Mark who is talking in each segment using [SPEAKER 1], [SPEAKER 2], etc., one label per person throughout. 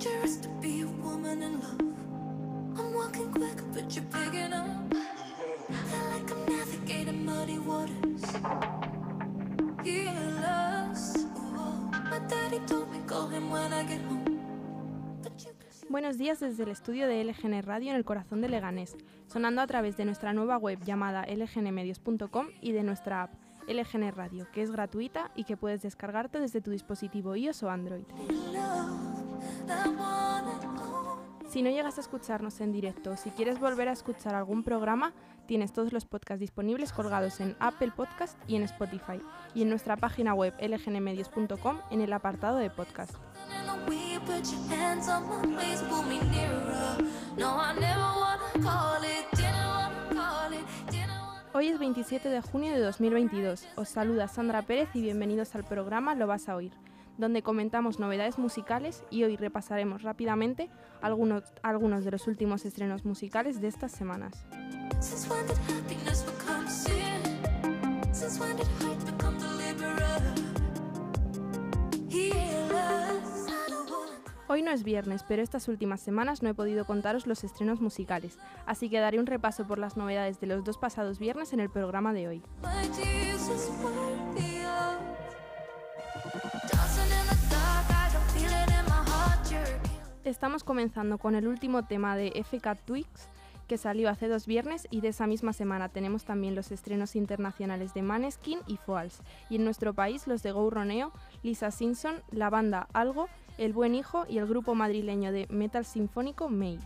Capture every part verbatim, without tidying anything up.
[SPEAKER 1] dangerous to be a woman in love. I'm walking quick, but you're picking up. Feel like I'm navigating muddy waters. Hear lost. Oh, my daddy told me call him when I get home.
[SPEAKER 2] Buenos días desde el estudio de L G N Radio en el corazón de Leganés, sonando a través de nuestra nueva web llamada L G N medios punto com y de nuestra app L G N Radio, que es gratuita y que puedes descargarte desde tu dispositivo iOS o Android. Si no llegas a escucharnos en directo o si quieres volver a escuchar algún programa, tienes todos los podcasts disponibles colgados en Apple Podcast y en Spotify, y en nuestra página web L G N medios punto com en el apartado de podcast. Hoy es veintisiete de junio de dos mil veintidós. Os saluda Sandra Pérez y bienvenidos al programa Lo vas a oír, donde comentamos novedades musicales y hoy repasaremos rápidamente algunos, algunos de los últimos estrenos musicales de estas semanas. Hoy no es viernes, pero estas últimas semanas no he podido contaros los estrenos musicales, así que daré un repaso por las novedades de los dos pasados viernes en el programa de hoy. Estamos comenzando con el último tema de F K Twigs, que salió hace dos viernes, y de esa misma semana tenemos también los estrenos internacionales de Måneskin y Foals, y en nuestro país los de Go Roneo, Lisa Simpson, la banda Algo, El Buen Hijo y el grupo madrileño de metal sinfónico May.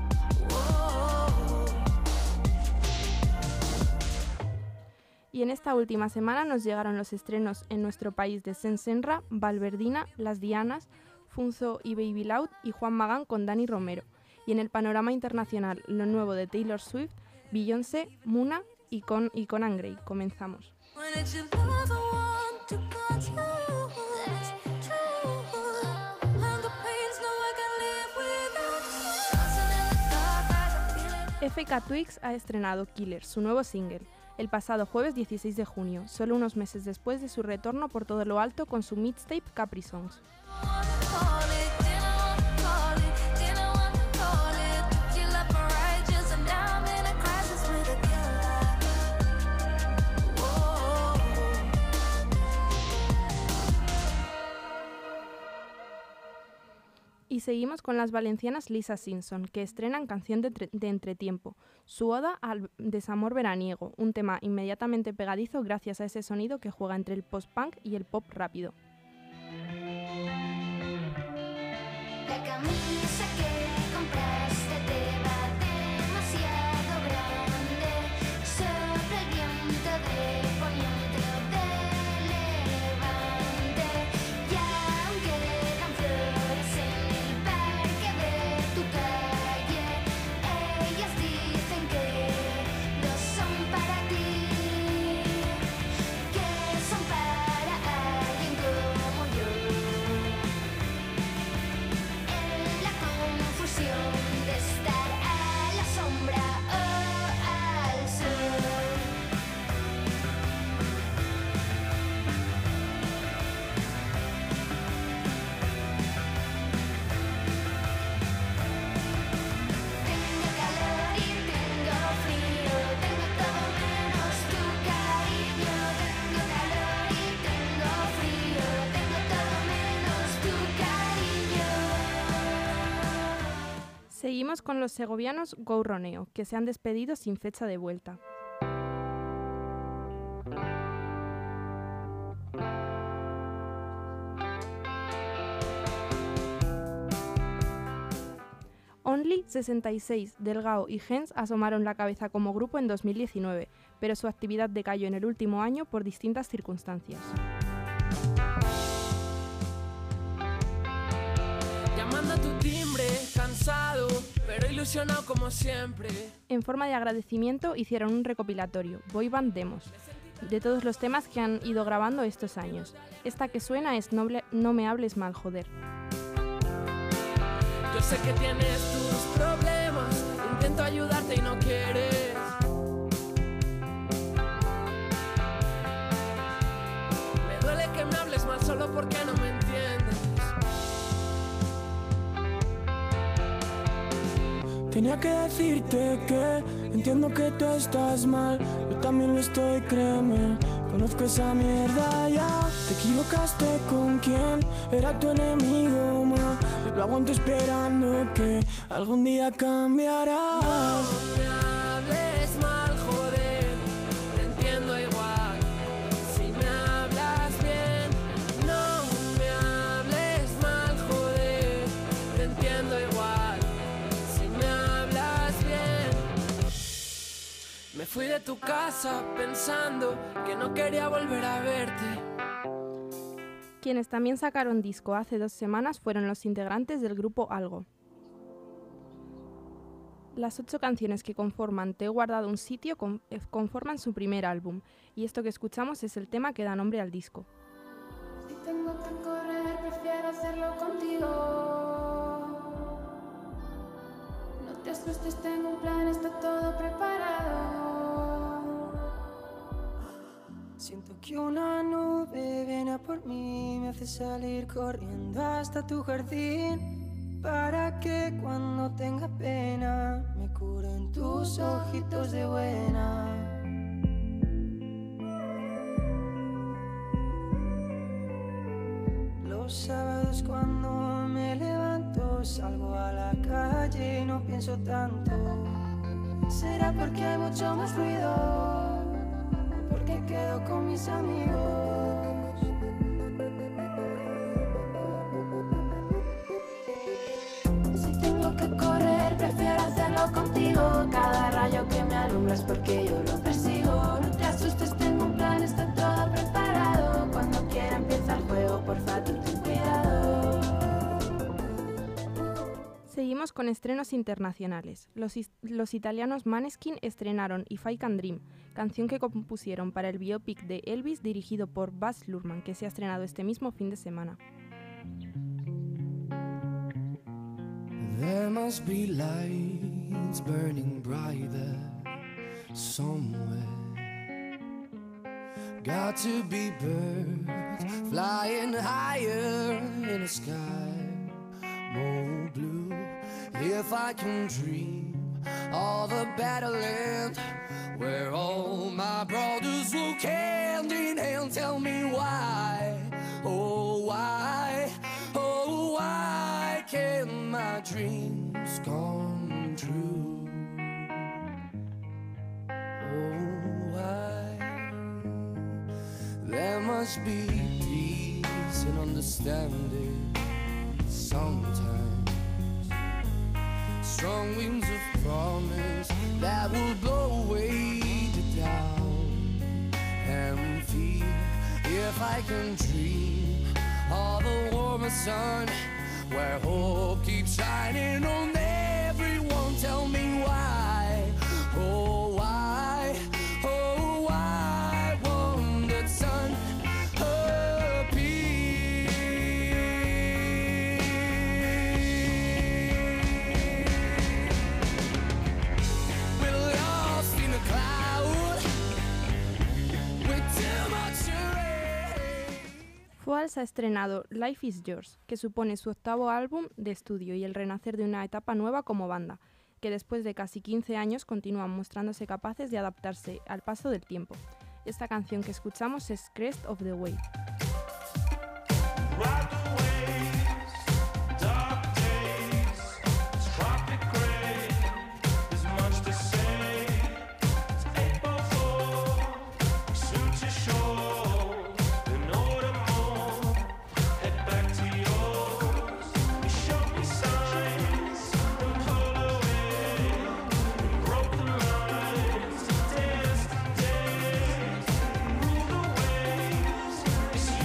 [SPEAKER 2] Y en esta última semana nos llegaron los estrenos en nuestro país de Sensenra, Valverdina, Las Dianas, Funzo y Baby Loud y Juan Magán con Dani Romero. Y en el panorama internacional, lo nuevo de Taylor Swift, Beyoncé, Muna y con, y Conan Gray. Comenzamos. F K Twigs ha estrenado Killer, su nuevo single, el pasado jueves dieciséis de junio, solo unos meses después de su retorno por todo lo alto con su mixtape Capri Songs. Y seguimos con las valencianas Lisa Simpson, que estrenan Canción de, de Entretiempo, su oda al desamor veraniego, un tema inmediatamente pegadizo gracias a ese sonido que juega entre el post-punk y el pop rápido.
[SPEAKER 3] La camisa que compraste te va demasiado grande, sopla el viento de poniente o de levante, y aunque quedan flores en el parque de tu calle, ellas dicen que no son para ti, que son para alguien como yo. En la confusión de estar a la sombra o al sol. Tengo calor y tengo frío, tengo todo menos tu cariño. Tengo calor y tengo frío, tengo todo menos tu cariño.
[SPEAKER 2] Seguimos con los segovianos Go Roneo, que se han despedido sin fecha de vuelta. Only, sesenta y seis, Delgado y Gens asomaron la cabeza como grupo en dos mil diecinueve, pero su actividad decayó en el último año por distintas circunstancias.
[SPEAKER 4] Llamando a tu timbre, cansado, pero ilusionado como siempre.
[SPEAKER 2] En forma de agradecimiento hicieron un recopilatorio, Boy Band Demos, de todos los temas que han ido grabando estos años. Esta que suena es Noble, No me hables mal, joder.
[SPEAKER 4] Yo sé que tienes tus problemas, intento ayudarte y no quieres. Me duele que me hables mal solo porque no me entiendes.
[SPEAKER 5] Tenía que decirte que entiendo que tú estás mal, yo también lo estoy, créeme. Conozco esa mierda ya. Te equivocaste con quien era tu enemigo, ma. Yo lo aguanto esperando que algún día cambiarás.
[SPEAKER 4] No me hables mal, joder, te entiendo igual. Si me hablas bien, no me hables mal, joder, te entiendo igual. Si me hablas bien. Me fui de tu casa pensando que no quería volver a verte.
[SPEAKER 2] Quienes también sacaron disco hace dos semanas fueron los integrantes del grupo Algo. Las ocho canciones que conforman Te he guardado un sitio con- eh, conforman su primer álbum, y esto que escuchamos es el tema que da nombre al disco.
[SPEAKER 3] Si tengo que correr, prefiero hacerlo contigo. No te asustes, tengo un plan, está todo preparado.
[SPEAKER 5] Siento que una nube viene a por mí, me hace salir corriendo hasta tu jardín, para que cuando tenga pena me curen tus ojitos de buena. Los sábados cuando me levanto salgo a la calle y no pienso tanto. Será porque hay mucho más ruido, porque quedo con mis amigos.
[SPEAKER 3] Si tengo que correr, prefiero hacerlo contigo. Cada rayo que me alumbra es porque yo lo persigo. No te asustes, tengo un plan, está todo preparado. Cuando quiera empieza el juego, porfa, tú ten cuidado.
[SPEAKER 2] Seguimos con estrenos internacionales. Los, is- los italianos Maneskin estrenaron If I Can Dream, canción que compusieron para el biopic de Elvis dirigido por Baz Luhrmann, que se ha estrenado este mismo fin de semana.
[SPEAKER 6] There must be lights burning brighter somewhere. Got to be birds flying higher in a sky more blue. If I can dream of a better land where all my brothers walk hand in hand, tell me why, oh why, oh why can't my dreams come true? Oh why? There must be peace and understanding sometimes. Strong winds of promise that will blow away the doubt and fear. If I can dream of a warmer sun where hope keeps shining on everyone, tell me why, oh why, oh why won't the sun appear? We're lost in a cloud with too much rain.
[SPEAKER 2] Fouls ha estrenado Life is Yours, que supone su octavo álbum de estudio y el renacer de una etapa nueva como banda, que después de casi quince años continúan mostrándose capaces de adaptarse al paso del tiempo. Esta canción que escuchamos es Crest of the Wave.
[SPEAKER 7] Ride the waves, dark days, it's tropic gray. There's much to say. It's April fourth, soon to shore. An autumn morn, head back to yours. You showed me signs and pulled away. And broke the lines to dance the days. Rule the waves, it's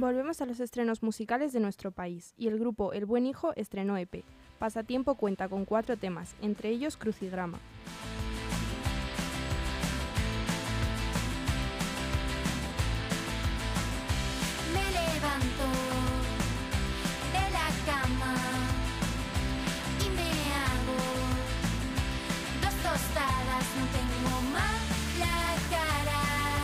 [SPEAKER 2] Volvemos a los estrenos musicales de nuestro país, y el grupo El Buen Hijo estrenó E P. Pasatiempo cuenta con cuatro temas, entre ellos Crucigrama.
[SPEAKER 3] Me levanto de la cama y me hago dos tostadas, no tengo más la cara.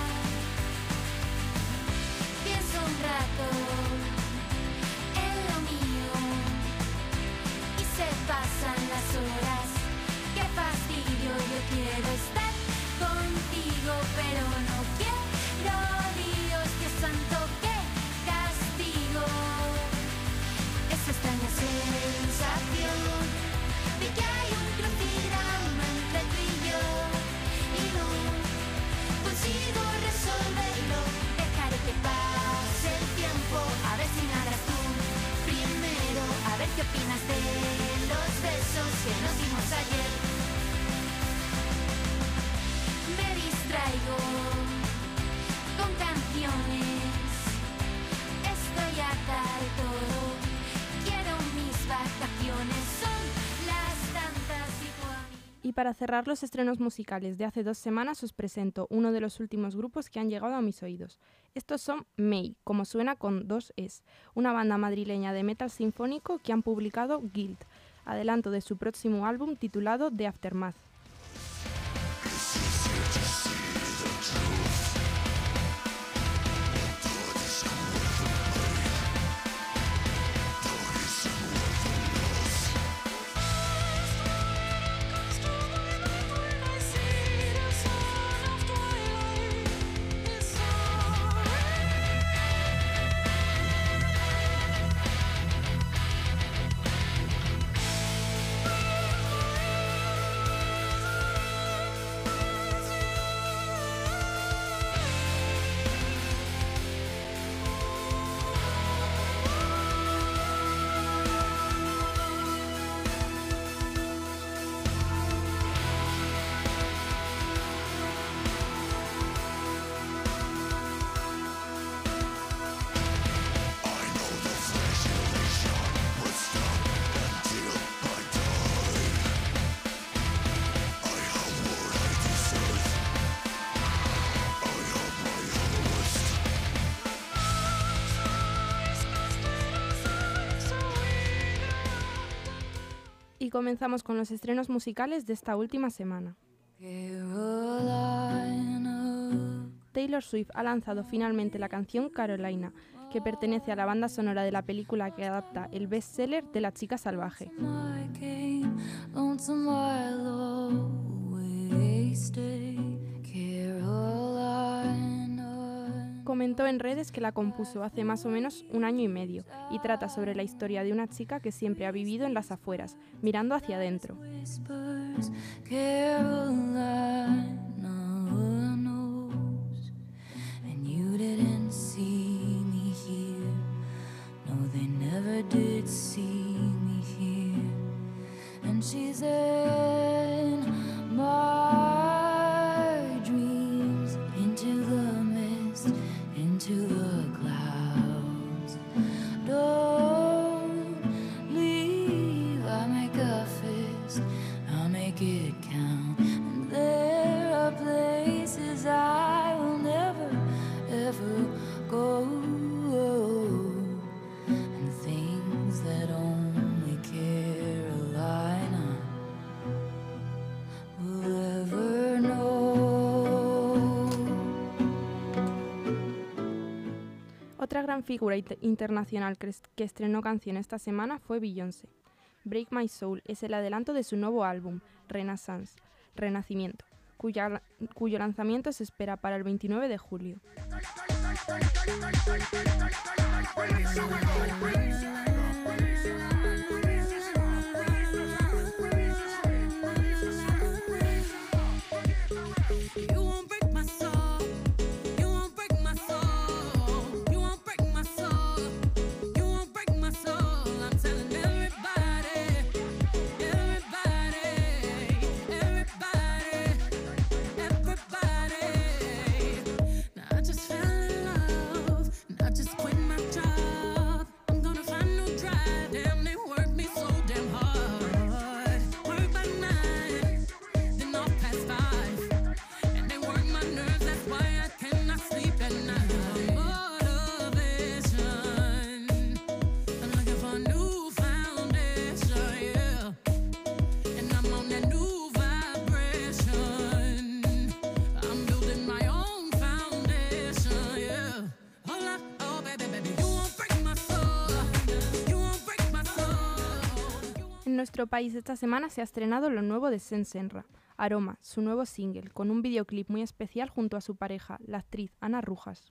[SPEAKER 3] Pienso un rato en lo mío y se pasan las horas. Qué fastidio, yo quiero estar contigo, pero no quiero líos. Dios santo, qué castigo. Esa extraña sensación de que hay un crucigrama entre tú y yo y no consigo resolverlo. Dejaré que pase el tiempo, a ver si nadas tú primero, a ver qué opinas de los besos que nos dimos ayer. Me distraigo con canciones, estoy harta de todo, quiero mis vacaciones, son las tantas y tú a mí.
[SPEAKER 2] Y para cerrar los estrenos musicales de hace dos semanas os presento uno de los últimos grupos que han llegado a mis oídos. Estos son May, como suena con dos es, una banda madrileña de metal sinfónico que han publicado Guild, adelanto de su próximo álbum titulado The Aftermath. Y comenzamos con los estrenos musicales de esta última semana. Taylor Swift ha lanzado finalmente la canción Carolina, que pertenece a la banda sonora de la película que adapta el bestseller de La chica salvaje. Comentó en redes que la compuso hace más o menos un año y medio y trata sobre la historia de una chica que siempre ha vivido en las afueras, mirando hacia adentro.
[SPEAKER 1] Into the clouds, don't leave. I make a fist, I'll make it count. And there are places I will never, ever go, and things that only Carolina will ever know.
[SPEAKER 2] Otra gran figura it- internacional que, es- que estrenó canción esta semana fue Beyoncé. Break My Soul es el adelanto de su nuevo álbum, Renaissance, Renacimiento, cuya- cuyo lanzamiento se espera para el veintinueve de julio.
[SPEAKER 8] You won't break my soul. You won't break my soul. You won't break my soul. You won't break my soul. I'm telling everybody, everybody, everybody, everybody. Now I just fell in love, and I just quit my job.
[SPEAKER 2] nuestro país esta semana se ha estrenado lo nuevo de Sensenra, Aroma, su nuevo single, con un videoclip muy especial junto a su pareja, la actriz Ana Rujas.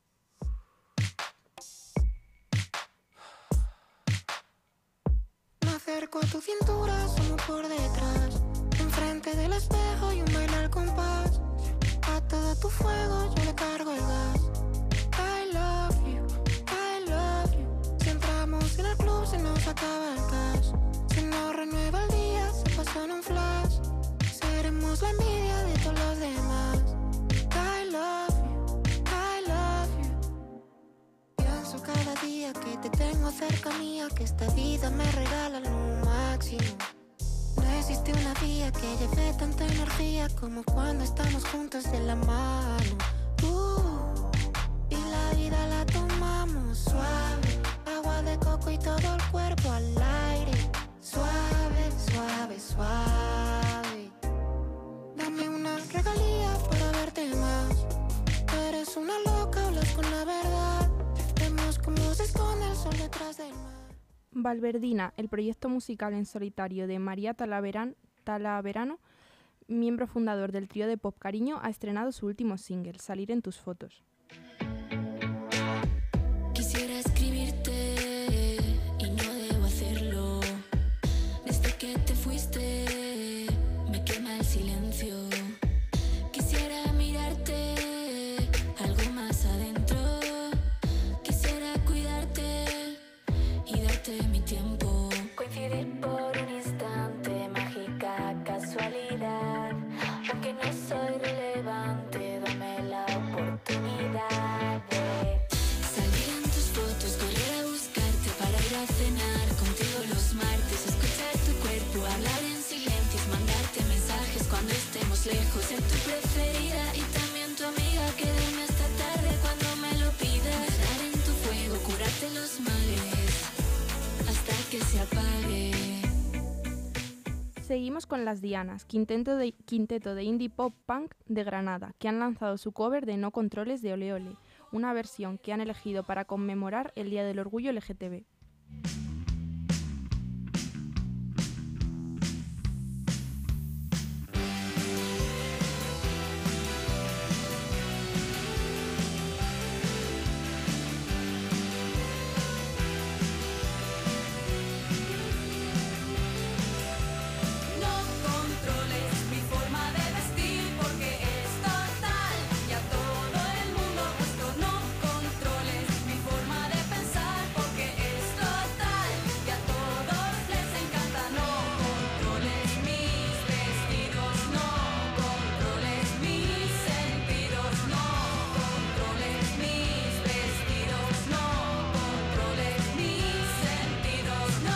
[SPEAKER 9] Me acerco a tu cintura, sumo por detrás. Enfrente del espejo y un baile al compás. A todo tu fuego yo le cargo el gas. I love you, I love you. Si entramos en el club se nos acaba el cash. Si no renueva el día se pasa en un flash. Seremos la envidia de todos los demás. I love you, I love you. Pienso cada día que te tengo cerca mía, que esta vida me regala lo máximo. No existe una vía que lleve tanta energía como cuando estamos juntos de la mano. Uh, y la vida la tomamos suave, agua de coco y todo el cuerpo al aire. Suave, suave, suave. Dame una regalía para verte más. Eres una loca, hablas con la verdad. Vemos cómo se esconde el sol detrás del mar.
[SPEAKER 2] Valverdina, el proyecto musical en solitario de María Talaverán, Talaverano, miembro fundador del trío de pop Cariño, ha estrenado su último single, Salir en tus fotos.
[SPEAKER 1] Quisiera escribirte y no debo hacerlo. Desde que te fuiste me quema el silencio. Quisiera mirarte algo más adentro. Quisiera cuidarte y darte mi tiempo. Coincidir por un instante, mágica casualidad. Aunque no soy relevante, dame la oportunidad de salir en tus fotos, correr a buscarte para ir a cenar contigo los martes, escuchar tu cuerpo, hablar en silencios, mandarte mensajes cuando estemos lejos, ser tu preferida y también tu amiga, quedarme hasta tarde cuando me lo pidas, nadar en tu fuego, curarte los males hasta que se apague.
[SPEAKER 2] Seguimos con Las Dianas, quinteto de, quinteto de indie pop punk de Granada, que han lanzado su cover de No Controles de Ole Ole, una versión que han elegido para conmemorar el Día del Orgullo L G T B.
[SPEAKER 8] No controles mi forma de vestir porque es total y a todo el mundo gusto. No controles mi forma de pensar porque es total y a todos les encanta. No controles mis vestidos, no controles mis sentidos, no controles mis vestidos, no controles mis sentidos, no.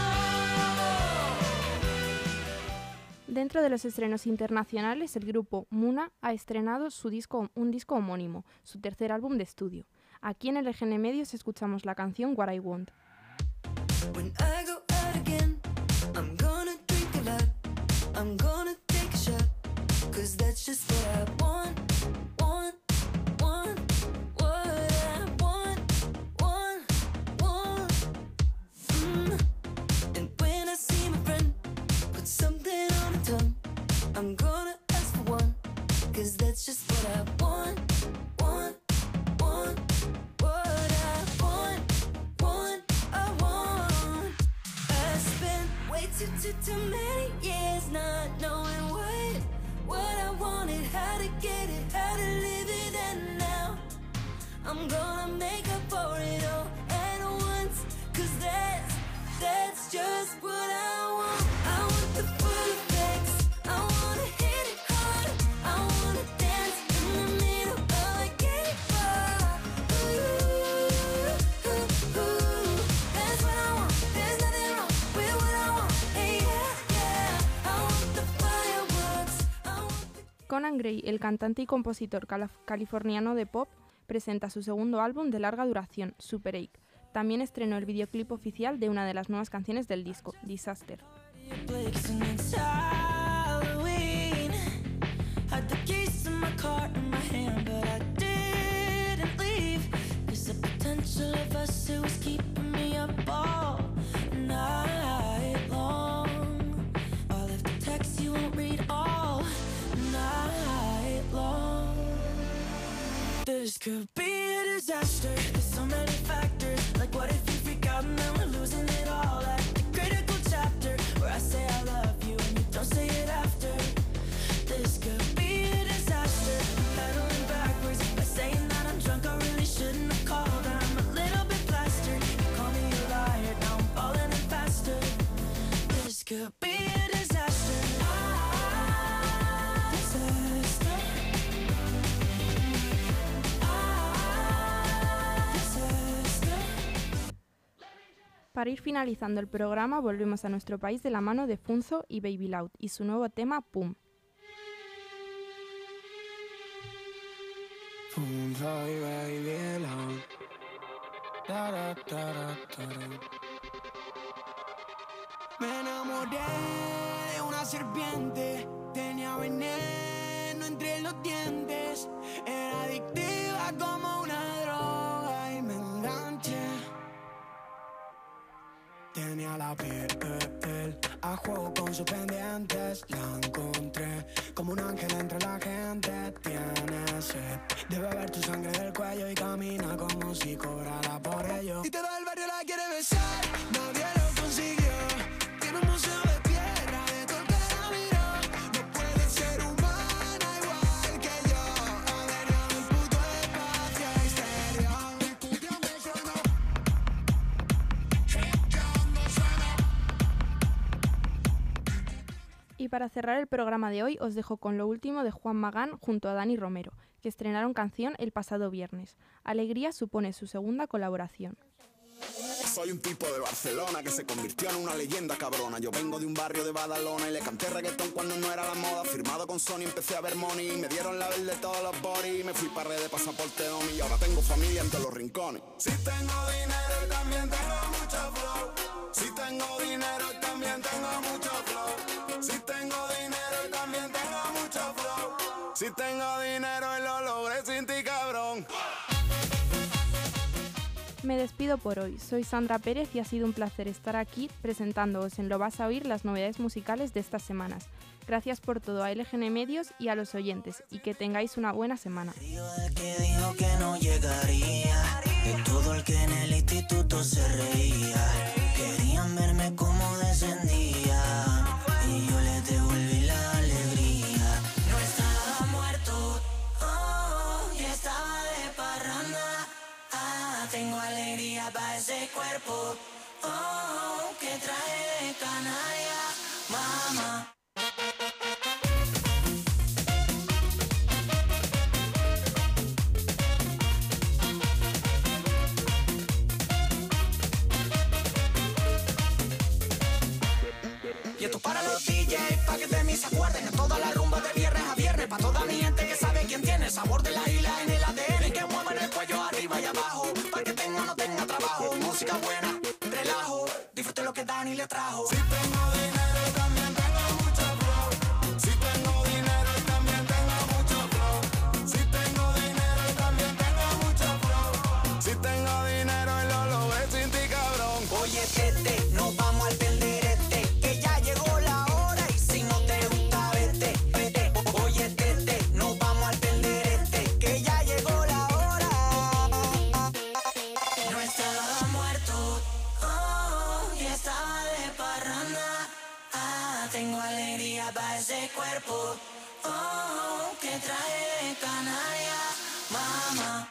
[SPEAKER 2] Dentro de los estrenos internacionales, el grupo Muna ha estrenado su disco, un disco homónimo, su tercer álbum de estudio. Aquí en L G N Medios escuchamos la canción What I Want.
[SPEAKER 10] When I go out again, I'm gonna drink a lot. I'm gonna take a shot. Cause that's just what I want. Want, want, what I want. Want, want. Mm. And when I see my friend put something on her tongue, I'm gonna ask for one. Cause that's just what I want. Want, want, what I want. Want, I want. I spent way too, too, too many years not knowing what, what I wanted, how to get it, how to live it, and now I'm gonna make up for it all at once. Cause that's, that's just what I want. I want the full effects, I wanna hit it hard, I wanna dance in the middle of a gay bar. Ooh, ooh, ooh, that's what I want, there's nothing wrong with what I want. Hey, yeah, yeah, I want the fireworks, I want the...
[SPEAKER 2] Conan Gray, el cantante y compositor calaf- californiano de pop, presenta su segundo álbum de larga duración, Super Ache. También estrenó el videoclip oficial de una de las nuevas canciones del disco, Disaster.
[SPEAKER 10] Blakes and it's Halloween. Had the keys to my car in my hand, but I didn't leave. Cause the potential of us, it was keeping me up all night long.
[SPEAKER 5] This could be a disaster. There's so many factors. Like what if you freak out and then we're losing it all? At the critical chapter where I say I love you and you don't say it after. This could be a disaster. Pedaling backwards by saying that I'm drunk. I really shouldn't have called. I'm a little bit plastered. You call me a liar. Now I'm falling in faster. This could be a disaster. Ah, disaster.
[SPEAKER 2] Para ir finalizando el programa, volvemos a nuestro país de la mano de Funzo y Baby Loud y su nuevo tema Pum.
[SPEAKER 5] Funzo y Baby Loud. Da, da, da, da, da, da. Me enamoré de una serpiente, tenía veneno entre los dientes, era adictiva como una droga y me enganché. Tenía la piel, piel a juego con sus pendientes, la encontré como un ángel entre la gente. Tiene sed de beber tu sangre del cuello y camina como si cobrara por ello. Y todo el barrio la quiere besar, nadie lo consiguió. Tiene un museo de tierra de todo el que la miró. No puede ser humana igual que yo. Ha venido del puto espacio exterior.
[SPEAKER 2] Y para cerrar el programa de hoy os dejo con lo último de Juan Magán junto a Dani Romero, que estrenaron canción el pasado viernes. Alegría supone su segunda colaboración.
[SPEAKER 11] Soy un tipo de Barcelona que se convirtió en una leyenda cabrona. Yo vengo de un barrio de Badalona y le canté reggaetón cuando no era la moda. Firmado con Sony empecé a ver money, me dieron la verde todos los body. Me fui para red de pasaporte Omi y ahora tengo familia en todos los rincones. Si tengo dinero y también tengo mucho flow. Si tengo dinero y también tengo mucho flow. Si tengo dinero y también tengo mucho flow. Si tengo dinero y lo logré sin ti, cabrón.
[SPEAKER 2] Me despido por hoy, soy Sandra Pérez y ha sido un placer estar aquí presentándoos en Lo Vas a Oír las novedades musicales de estas semanas. Gracias por todo a L G N Medios y a los oyentes y que tengáis una buena semana.
[SPEAKER 12] El que dijo que no llegaría, de todo el que en el instituto se reía, querían verme como descendía y yo les devolví la alegría. No estaba muerto, oh, y estaba de parranda. Ah, tengo alegría para ese cuerpo, oh, que trae de canalla, mamá.
[SPEAKER 5] Y esto para los D Js, pa' que de mí se acuerden. En toda la rumba de viernes a viernes, pa' toda mi gente que sabe quién tiene el sabor de la isla en el A D N. Que muevan el cuello arriba y abajo, pa' que tenga o no tenga trabajo. Música buena, relajo, disfrute lo que Dani le trajo. Si tengo dinero y también tengo mucho flow. Si tengo dinero y también tengo mucho flow. Si tengo dinero y también tengo mucho flow. Si tengo dinero y lo logré sin ti, cabrón. Oye, tete, nos vamos al tenderete, que ya llegó la hora y si no te gusta vete, vete. Oye, tete, nos vamos al tenderete, que ya llegó la hora.
[SPEAKER 12] No estaba muerto, oh, y estaba de parranda. Ah, tengo alegría para ese cuerpo, oh, que trae de canalla, mamá.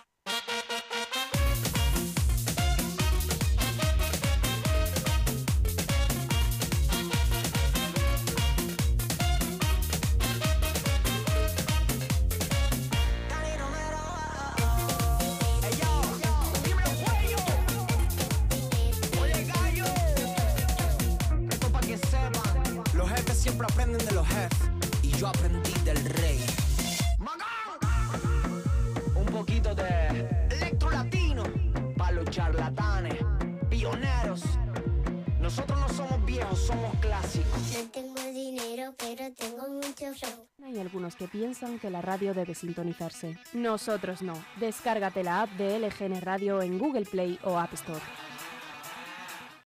[SPEAKER 5] Los jefes siempre aprenden de los jefes y yo aprendí del rey. Un poquito de electro latino para los charlatanes, pioneros. Nosotros no somos viejos, somos clásicos.
[SPEAKER 3] No tengo dinero, pero tengo mucho flow.
[SPEAKER 13] Hay algunos que piensan que la radio debe sintonizarse. Nosotros no. Descárgate la app de L G N Radio en Google Play o App Store.